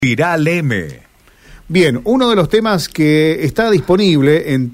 Viral M. Bien, uno de los temas que está disponible en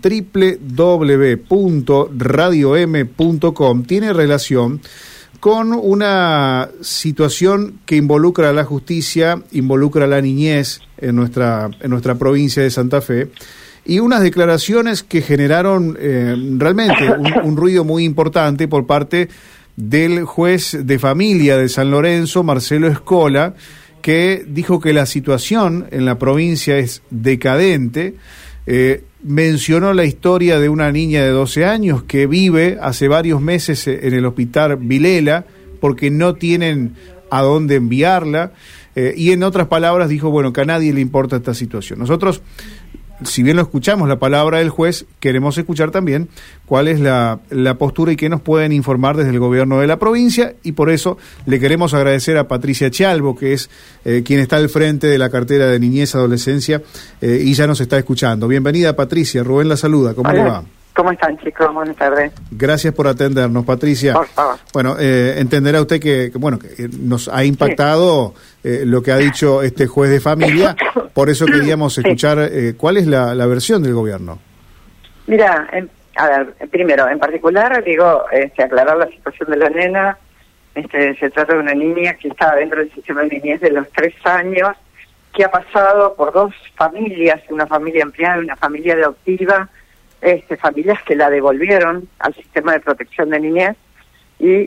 www.radiom.com tiene relación con una situación que involucra a la justicia, involucra a la niñez en nuestra provincia de Santa Fe, y unas declaraciones que generaron realmente un ruido muy importante por parte del juez de familia de San Lorenzo, Marcelo Escola, que dijo que la situación en la provincia es decadente. Mencionó la historia de una niña de 12 años que vive hace varios meses en el hospital Vilela porque no tienen a dónde enviarla, y en otras palabras dijo, bueno, que a nadie le importa esta situación. Nosotros, si bien lo escuchamos la palabra del juez, queremos escuchar también cuál es la postura y qué nos pueden informar desde el gobierno de la provincia, y por eso le queremos agradecer a Patricia Chalvo, que es quien está al frente de la cartera de Niñez y Adolescencia, y ya nos está escuchando. Bienvenida, Patricia. Rubén la saluda. ¿Cómo le va? ¿Cómo están, chicos? Buenas tardes. Gracias por atendernos, Patricia. Por favor. Bueno, entenderá usted que nos ha impactado lo que ha dicho este juez de familia, por eso queríamos escuchar cuál es la versión del gobierno. Mira, a ver, primero, en particular, aclarar la situación de la nena. Se trata de una niña que estaba dentro del sistema de niñez de los 3 años, que ha pasado por 2 familias, una familia ampliada y una familia adoptiva, familias que la devolvieron al sistema de protección de niñez y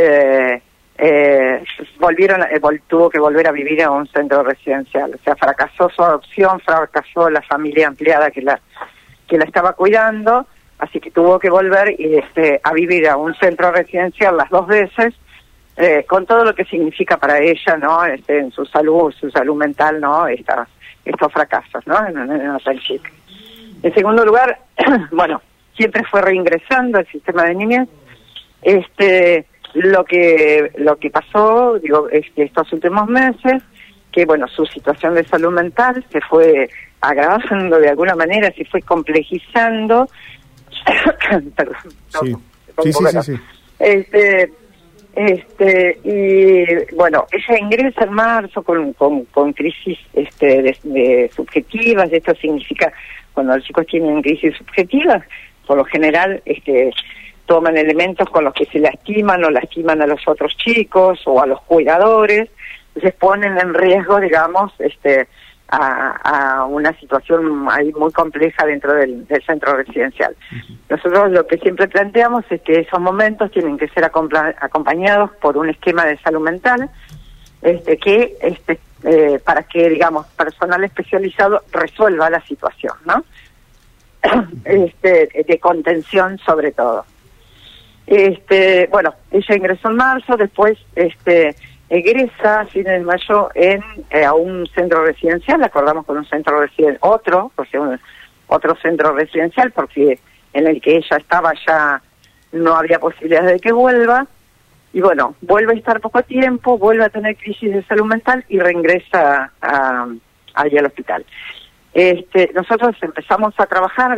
tuvo que volver a vivir a un centro residencial. O sea, fracasó su adopción, fracasó la familia ampliada que la estaba cuidando, así que tuvo que volver a vivir a un centro residencial las 2 veces, con todo lo que significa para ella, ¿no? En su salud mental, ¿no? Estos fracasos, ¿no? En una tan chica. En segundo lugar, bueno, siempre fue reingresando al sistema de niñez. Lo que pasó, estos últimos meses, que bueno, su situación de salud mental se fue agravando de alguna manera, se fue complejizando. Perdón, Sí. Y bueno, ella ingresa en marzo con crisis de subjetivas. Esto significa, cuando los chicos tienen crisis subjetivas, por lo general toman elementos con los que se lastiman o lastiman a los otros chicos o a los cuidadores, entonces ponen en riesgo, digamos, a una situación ahí muy compleja dentro del centro residencial. Nosotros lo que siempre planteamos es que esos momentos tienen que ser acompañados por un esquema de salud mental, para que, digamos, personal especializado resuelva la situación, ¿no? De contención sobre todo. Bueno, ella ingresó en marzo, después egresa a fines de mayo a un centro residencial. Acordamos con un centro residencial, otro centro residencial, porque en el que ella estaba ya no había posibilidades de que vuelva, y bueno, vuelve a estar poco tiempo, vuelve a tener crisis de salud mental y reingresa allí al hospital. Nosotros empezamos a trabajar,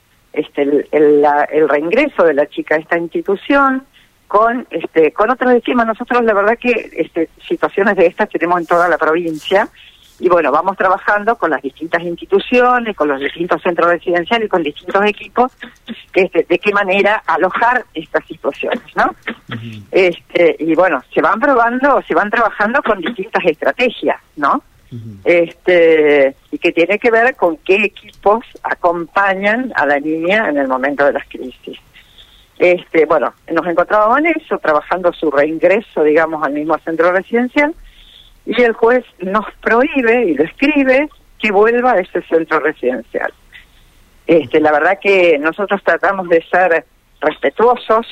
el reingreso de la chica a esta institución con otros esquemas. Nosotros la verdad que situaciones de estas tenemos en toda la provincia, y bueno, vamos trabajando con las distintas instituciones, con los distintos centros residenciales y con distintos equipos, de qué manera alojar estas situaciones, ¿no? Y bueno, se van trabajando con distintas estrategias, ¿no? Y que tiene que ver con qué equipos acompañan a la niña en el momento de las crisis. Bueno, nos encontrábamos en eso, trabajando su reingreso, digamos, al mismo centro residencial, y el juez nos prohíbe y lo escribe que vuelva a ese centro residencial. La verdad que nosotros tratamos de ser respetuosos,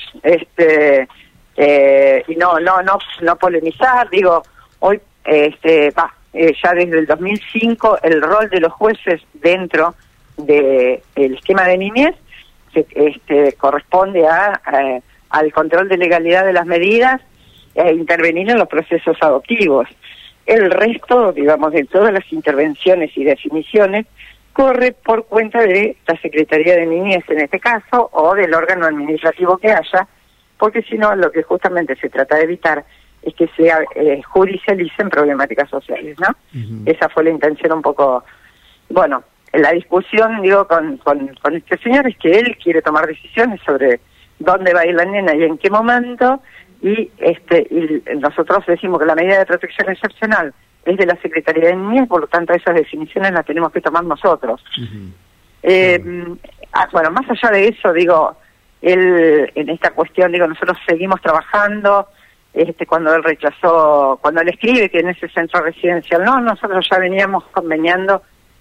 y no polemizar. Hoy, ya desde el 2005 el rol de los jueces dentro del esquema de niñez corresponde al control de legalidad de las medidas e intervenir en los procesos adoptivos. El resto, digamos, de todas las intervenciones y definiciones corre por cuenta de la Secretaría de Niñez en este caso, o del órgano administrativo que haya, porque si no, lo que justamente se trata de evitar es que se judicialicen problemáticas sociales, ¿no? Esa fue la intención un poco, bueno, la discusión, digo, con este señor es que él quiere tomar decisiones sobre dónde va a ir la nena y en qué momento, y nosotros decimos que la medida de protección excepcional es de la Secretaría de Niñez, por lo tanto esas definiciones las tenemos que tomar nosotros. Bueno, más allá de eso, digo, en esta cuestión, digo, nosotros seguimos trabajando. Cuando él escribe que en ese centro residencial, no, nosotros ya veníamos conveniando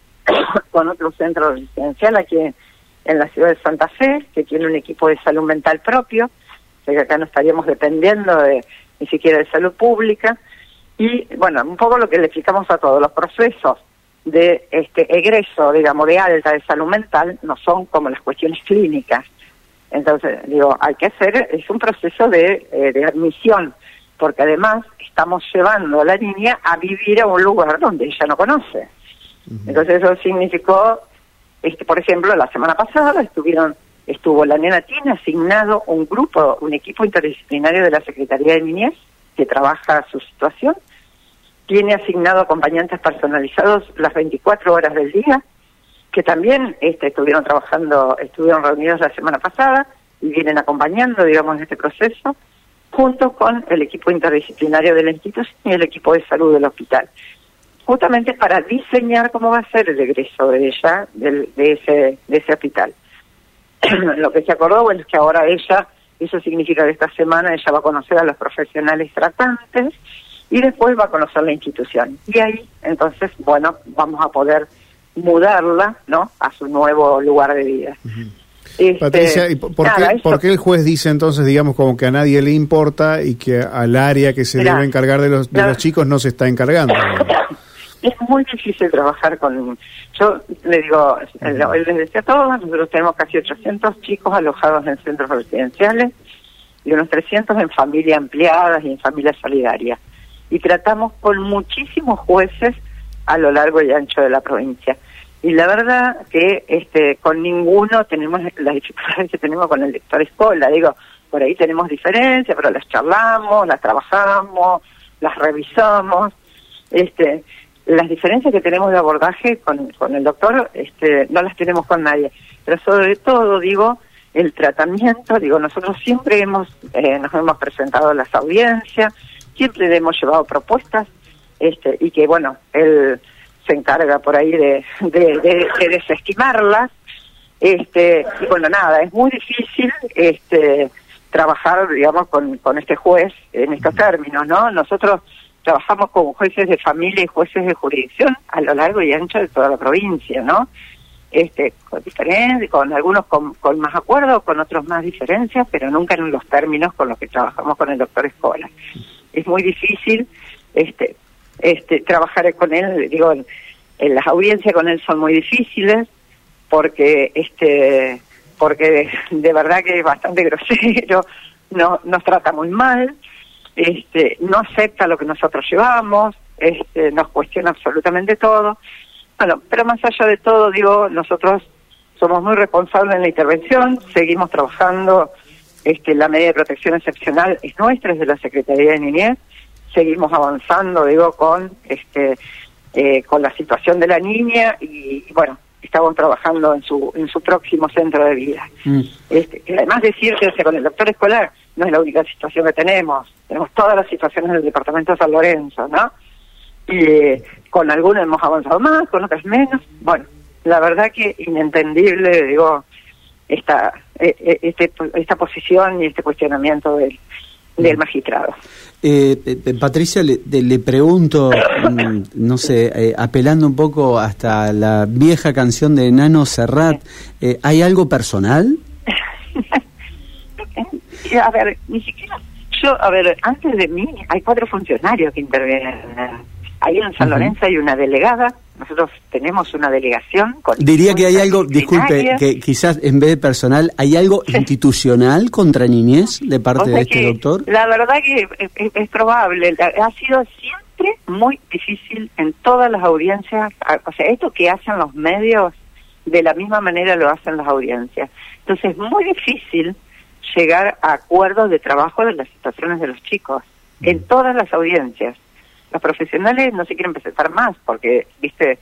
con otro centro residencial aquí en la ciudad de Santa Fe, que tiene un equipo de salud mental propio, o sea que acá no estaríamos dependiendo ni siquiera de salud pública. Y bueno, un poco lo que le explicamos a todos, los procesos de egreso, digamos, de alta de salud mental no son como las cuestiones clínicas. Entonces, digo, hay que hacer, es un proceso de admisión, porque además estamos llevando a la niña a vivir a un lugar donde ella no conoce. Entonces eso significó, por ejemplo, la semana pasada estuvo la nena, tiene asignado un equipo interdisciplinario de la Secretaría de Niñez que trabaja su situación, tiene asignado acompañantes personalizados las 24 horas del día, que también estuvieron reunidos la semana pasada y vienen acompañando, digamos, en este proceso, junto con el equipo interdisciplinario de la institución y el equipo de salud del hospital, justamente para diseñar cómo va a ser el egreso de ella, de ese hospital. Lo que se acordó, bueno, es que ahora eso significa que esta semana ella va a conocer a los profesionales tratantes y después va a conocer la institución. Y ahí, entonces, bueno, vamos a poder mudarla, ¿no?, a su nuevo lugar de vida. Patricia, ¿y por qué el juez dice entonces, digamos, como que a nadie le importa y que al área que se debe encargar de los chicos no se está encargando? Es muy difícil trabajar yo le digo, les decía a todos, nosotros tenemos casi 800 chicos alojados en centros residenciales y unos 300 en familias ampliadas y en familias solidarias. Y tratamos con muchísimos jueces a lo largo y ancho de la provincia. Y la verdad que con ninguno tenemos las dificultades que tenemos con el lector escola. Digo, por ahí tenemos diferencias, pero las charlamos, las trabajamos, las revisamos. Las diferencias que tenemos de abordaje con el doctor no las tenemos con nadie. Pero sobre todo, digo, el tratamiento, digo, nosotros siempre nos hemos presentado a las audiencias, siempre le hemos llevado propuestas, y que, bueno, él se encarga por ahí de desestimarlas, y bueno, nada, es muy difícil trabajar, digamos, con este juez en estos términos, ¿no? Nosotros trabajamos con jueces de familia y jueces de jurisdicción a lo largo y ancho de toda la provincia, ¿no? Con diferencias, con algunos con más acuerdo, con otros más diferencias, pero nunca en los términos con los que trabajamos con el doctor Escola. Es muy difícil trabajar con él, digo, en las audiencias con él son muy difíciles, porque de verdad que es bastante grosero, nos trata muy mal, no acepta lo que nosotros llevamos, nos cuestiona absolutamente todo. Bueno, pero más allá de todo, digo, nosotros somos muy responsables en la intervención, seguimos trabajando, la medida de protección excepcional es nuestra, es de la Secretaría de Niñez, seguimos avanzando, digo, con la situación de la niña y bueno, estamos trabajando en su próximo centro de vida. Además decir que con el doctor escolar no es la única situación que tenemos todas las situaciones del departamento de San Lorenzo, ¿no? Y con algunos hemos avanzado más, con otras menos. Bueno, la verdad que inentendible, digo, esta posición y este cuestionamiento del magistrado. Patricia, le pregunto, no sé, apelando un poco hasta la vieja canción de Nano Serrat, ¿hay algo personal? A ver, ni siquiera antes de mí hay 4 funcionarios que intervienen. Ahí en San Lorenzo hay una delegada, nosotros tenemos una delegación. Diría que hay algo, disculpe, que quizás en vez de personal, ¿hay algo institucional contra niñez de parte de este doctor? La verdad que es probable, ha sido siempre muy difícil en todas las audiencias, o sea, esto que hacen los medios, de la misma manera lo hacen las audiencias. Entonces es muy difícil llegar a acuerdos de trabajo de las situaciones de los chicos. en todas las audiencias. Los profesionales no se quieren presentar más porque, viste,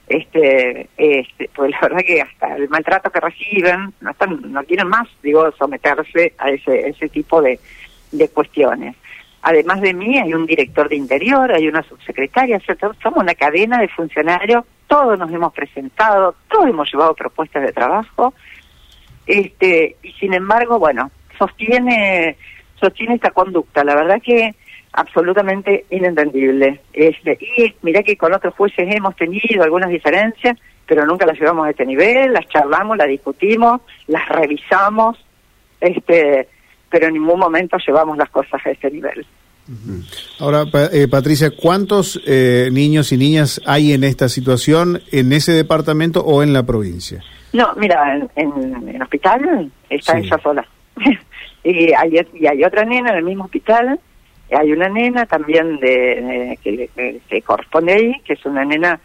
pues la verdad que hasta el maltrato que reciben no quieren más, someterse a ese tipo de cuestiones. Además de mí hay un director de Interior, hay una subsecretaria, somos una cadena de funcionarios, todos nos hemos presentado, todos hemos llevado propuestas de trabajo, y sin embargo, bueno, sostiene esta conducta, la verdad que absolutamente inentendible. Y mirá que con otros jueces hemos tenido algunas diferencias, pero nunca las llevamos a este nivel, las charlamos, las discutimos, las revisamos, pero en ningún momento llevamos las cosas a ese nivel. Ahora, Patricia, ¿cuántos niños y niñas hay en esta situación, en ese departamento o en la provincia? No, mira, en el hospital está ella sola. y hay otra nena en el mismo hospital, hay una nena también que corresponde ahí, que es una nena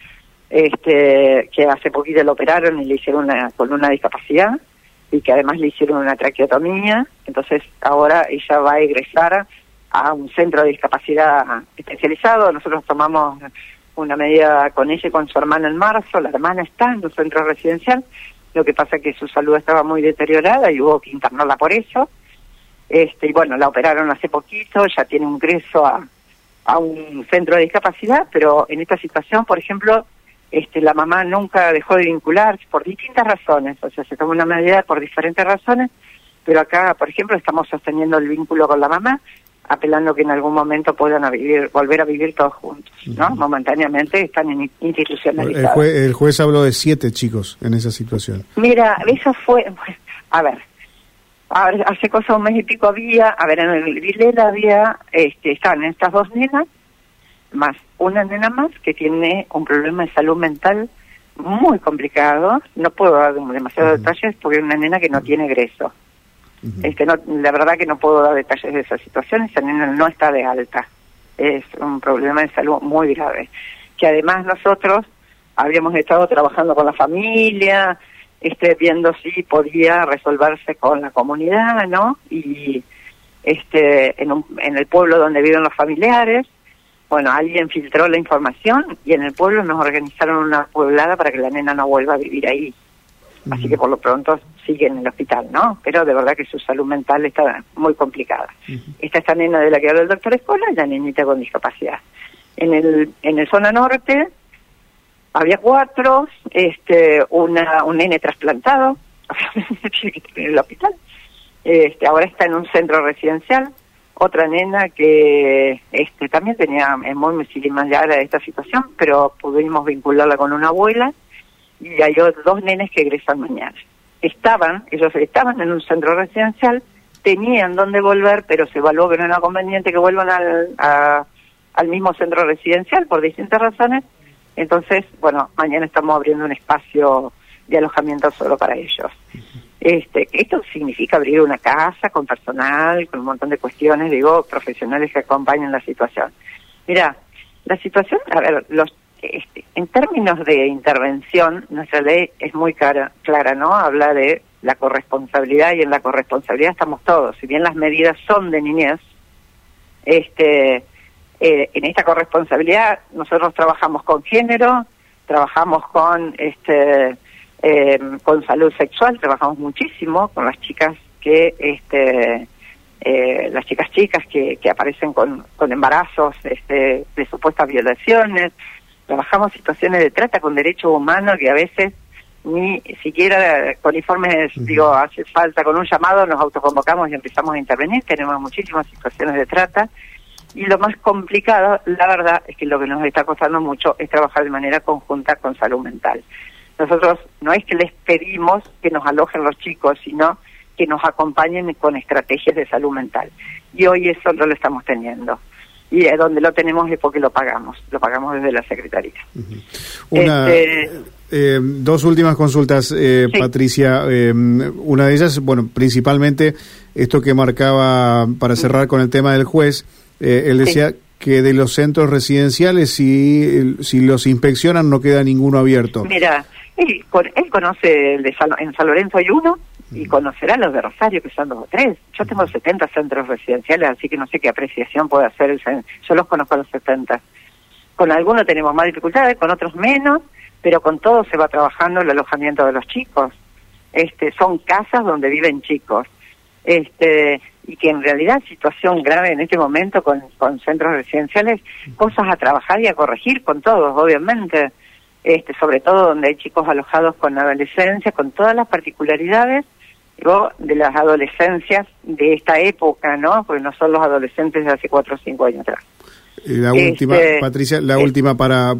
que hace poquito la operaron y le hicieron con una discapacidad, y que además le hicieron una traqueotomía, entonces ahora ella va a egresar a un centro de discapacidad especializado. Nosotros tomamos una medida con ella y con su hermana en marzo, la hermana está en un centro residencial, lo que pasa es que su salud estaba muy deteriorada y hubo que internarla por eso, y bueno, la operaron hace poquito, ya tiene un ingreso a un centro de discapacidad, pero en esta situación, por ejemplo, la mamá nunca dejó de vincularse por distintas razones, o sea, se tomó una medida por diferentes razones, pero acá, por ejemplo, estamos sosteniendo el vínculo con la mamá, apelando que en algún momento puedan volver a vivir todos juntos, ¿no? Momentáneamente están institucionalizados. El juez habló de 7 chicos en esa situación. Mira, eso fue, a ver, hace cosa un mes y pico en el Vilela había, estaban estas 2 nenas, más una nena más que tiene un problema de salud mental muy complicado. No puedo dar demasiados detalles porque es una nena que no tiene egreso. La verdad que no puedo dar detalles de esa situación. Esa nena no está de alta. Es un problema de salud muy grave. Que además nosotros habíamos estado trabajando con la familia, viendo si podía resolverse con la comunidad, ¿no? Y en el pueblo donde viven los familiares, bueno, alguien filtró la información y en el pueblo nos organizaron una pueblada para que la nena no vuelva a vivir ahí. Así que por lo pronto sigue en el hospital, ¿no? Pero de verdad que su salud mental está muy complicada. Está esta nena de la que habla el doctor Escola y la nenita con discapacidad. En el zona norte había 4, un nene trasplantado, tiene que tener el hospital. Ahora está en un centro residencial. Otra nena que también tenía muy similar a esta situación, pero pudimos vincularla con una abuela, y hay 2 nenes que egresan mañana. Ellos estaban en un centro residencial, tenían dónde volver, pero se evaluó que no era conveniente que vuelvan al mismo centro residencial por distintas razones. Entonces, bueno, mañana estamos abriendo un espacio de alojamiento solo para ellos. Esto significa abrir una casa con personal, con un montón de cuestiones, profesionales que acompañan la situación. Mira, la situación, en términos de intervención, nuestra ley es muy clara, ¿no? Habla de la corresponsabilidad, y en la corresponsabilidad estamos todos. Si bien las medidas son de niñez, en esta corresponsabilidad nosotros trabajamos con género, trabajamos con salud sexual, trabajamos muchísimo con las chicas las chicas chicas que aparecen con embarazos de supuestas violaciones. Trabajamos situaciones de trata con derechos humanos que a veces ni siquiera con informes, hace falta, con un llamado nos autoconvocamos y empezamos a intervenir. Tenemos muchísimas situaciones de trata, y lo más complicado, la verdad, es que lo que nos está costando mucho es trabajar de manera conjunta con salud mental. Nosotros no es que les pedimos que nos alojen los chicos, sino que nos acompañen con estrategias de salud mental. Y hoy eso no lo estamos teniendo. Y donde lo tenemos es porque lo pagamos desde la Secretaría. Dos últimas consultas, sí. Patricia. Una de ellas, principalmente esto que marcaba, para cerrar con el tema del juez, él decía que de los centros residenciales, si los inspeccionan, no queda ninguno abierto. Mira, él conoce en San Lorenzo hay uno, y conocerá los de Rosario, que son 2 o 3. Yo tengo 70 centros residenciales, así que no sé qué apreciación puede hacer yo los conozco a los 70. Con algunos tenemos más dificultades, con otros menos, pero con todo se va trabajando el alojamiento de los chicos. Son casas donde viven chicos. Y que en realidad situación grave en este momento con centros residenciales, cosas a trabajar y a corregir con todos, obviamente. Sobre todo donde hay chicos alojados con adolescencia, con todas las particularidades de las adolescencias de esta época, ¿no? Porque no son los adolescentes de hace 4 o 5 años atrás. La última, Patricia, última para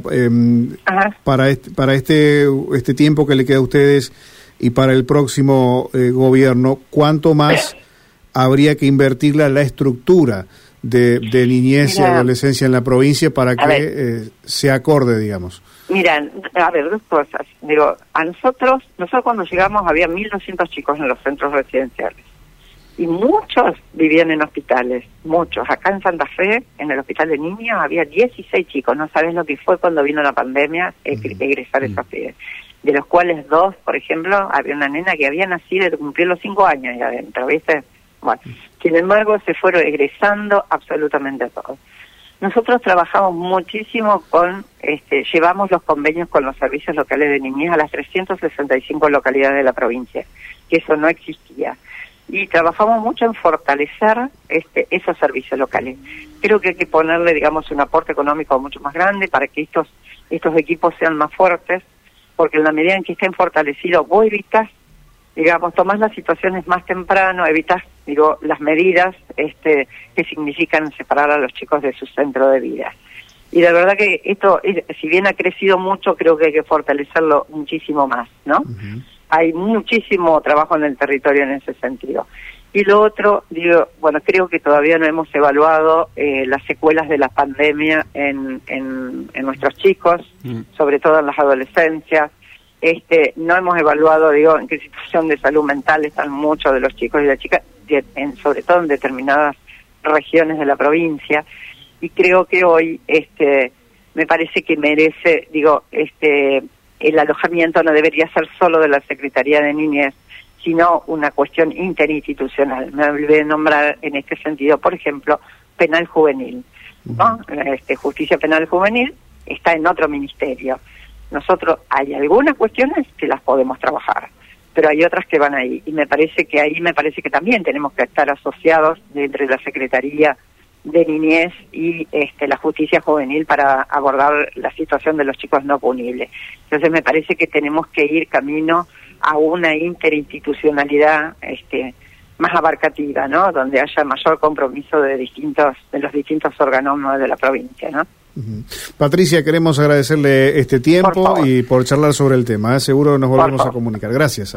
este tiempo que le queda a ustedes y para el próximo gobierno, ¿cuánto más habría que invertirle a la estructura de niñez y adolescencia en la provincia para que se acorde, digamos? Mira, a ver, 2 cosas. Digo, nosotros cuando llegamos había 1.200 chicos en los centros residenciales. Y muchos vivían en hospitales, muchos. Acá en Santa Fe, en el hospital de niños, había 16 chicos. No sabes lo que fue cuando vino la pandemia egresar esos pibes. De los cuales 2, por ejemplo, había una nena que había nacido y cumplió los 5 años ahí adentro, ¿viste? Bueno, sin embargo, se fueron egresando absolutamente todos. Nosotros trabajamos muchísimo llevamos los convenios con los servicios locales de niñez a las 365 localidades de la provincia, que eso no existía. Y trabajamos mucho en fortalecer esos servicios locales. Creo que hay que ponerle, digamos, un aporte económico mucho más grande para que estos equipos sean más fuertes, porque en la medida en que estén fortalecidos, vos evitas, digamos, tomás las situaciones más temprano, evitas, las medidas que significan separar a los chicos de su centro de vida. Y de verdad que esto, si bien ha crecido mucho, creo que hay que fortalecerlo muchísimo más, ¿no? Uh-huh. Hay muchísimo trabajo en el territorio en ese sentido. Y lo otro, creo que todavía no hemos evaluado las secuelas de la pandemia en nuestros chicos, sobre todo en las adolescencias. No hemos evaluado, en qué situación de salud mental están muchos de los chicos y las chicas, sobre todo en determinadas regiones de la provincia. Y creo que hoy, me parece que merece, el alojamiento no debería ser solo de la Secretaría de Niñez, sino una cuestión interinstitucional. Me olvidé de nombrar en este sentido, por ejemplo, penal juvenil, ¿no? Justicia penal juvenil está en otro ministerio. Nosotros hay algunas cuestiones que las podemos trabajar, pero hay otras que van ahí. Y me parece que también tenemos que estar asociados entre la Secretaría de Niñez y la justicia juvenil para abordar la situación de los chicos no punibles. Entonces me parece que tenemos que ir camino a una interinstitucionalidad más abarcativa, ¿no? Donde haya mayor compromiso de los distintos órganos de la provincia, ¿no? Uh-huh. Patricia, queremos agradecerle este tiempo y por charlar sobre el tema. Seguro nos volvemos a comunicar. Gracias.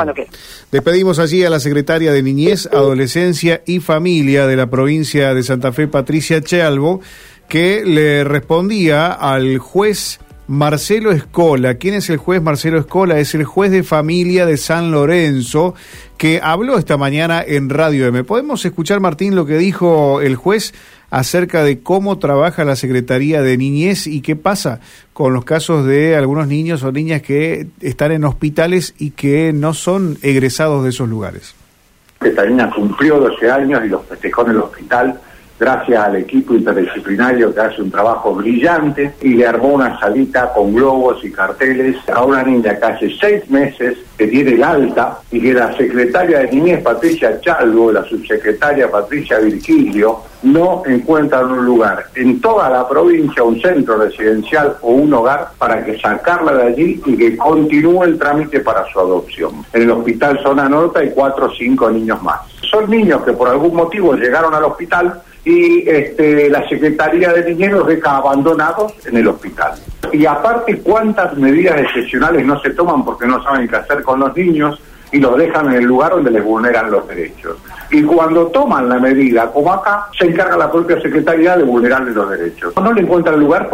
Despedimos allí a la secretaria de Niñez, Adolescencia y Familia de la provincia de Santa Fe, Patricia Chalvo, que le respondía al juez Marcelo Escola. ¿Quién es el juez Marcelo Escola? Es el juez de familia de San Lorenzo, que habló esta mañana en Radio M. ¿Podemos escuchar, Martín, lo que dijo el juez acerca de cómo trabaja la Secretaría de Niñez y qué pasa con los casos de algunos niños o niñas que están en hospitales y que no son egresados de esos lugares? Esta niña cumplió 12 años y los festejó en el hospital gracias al equipo interdisciplinario que hace un trabajo brillante y le armó una salita con globos y carteles a una niña que hace 6 meses que tiene el alta y que la secretaria de Niñez, Patricia Chalvo, la subsecretaria Patricia Virgilio, no encuentran un lugar en toda la provincia, un centro residencial o un hogar para que sacarla de allí y que continúe el trámite para su adopción. En el hospital Zona Norte hay 4 o 5 niños más. Son niños que por algún motivo llegaron al hospital y la Secretaría de Niñez los deja abandonados en el hospital. Y aparte, ¿cuántas medidas excepcionales no se toman porque no saben qué hacer con los niños y los dejan en el lugar donde les vulneran los derechos? Y cuando toman la medida, como acá, se encarga la propia Secretaría de vulnerarles los derechos. No le encuentran lugar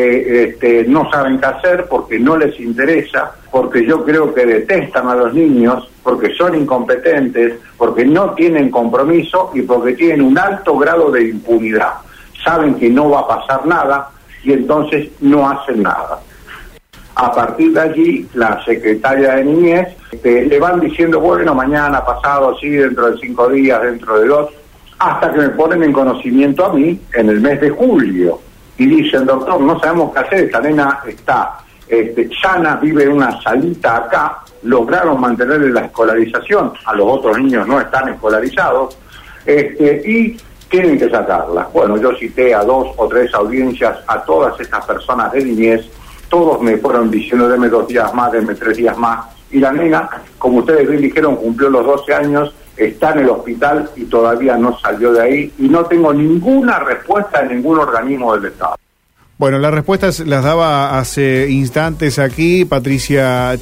porque no saben qué hacer, porque no les interesa, porque yo creo que detestan a los niños, porque son incompetentes, porque no tienen compromiso y porque tienen un alto grado de impunidad. Saben que no va a pasar nada y entonces no hacen nada. A partir de allí, la secretaria de Niñez le van diciendo, bueno, mañana, pasado, sí, dentro de 5 días, dentro de 2, hasta que me ponen en conocimiento a mí en el mes de julio. Y dicen, doctor, no sabemos qué hacer, esta nena está sana, vive en una salita acá, lograron mantenerle la escolarización, a los otros niños no están escolarizados, y tienen que sacarla. Bueno, yo cité a 2 o 3 audiencias a todas estas personas de niñez, todos me fueron diciendo, deme 2 días más, deme 3 días más, y la nena, como ustedes bien dijeron, cumplió los 12 años, está en el hospital y todavía no salió de ahí, y no tengo ninguna respuesta de ningún organismo del Estado. Bueno, las respuestas las daba hace instantes aquí Patricia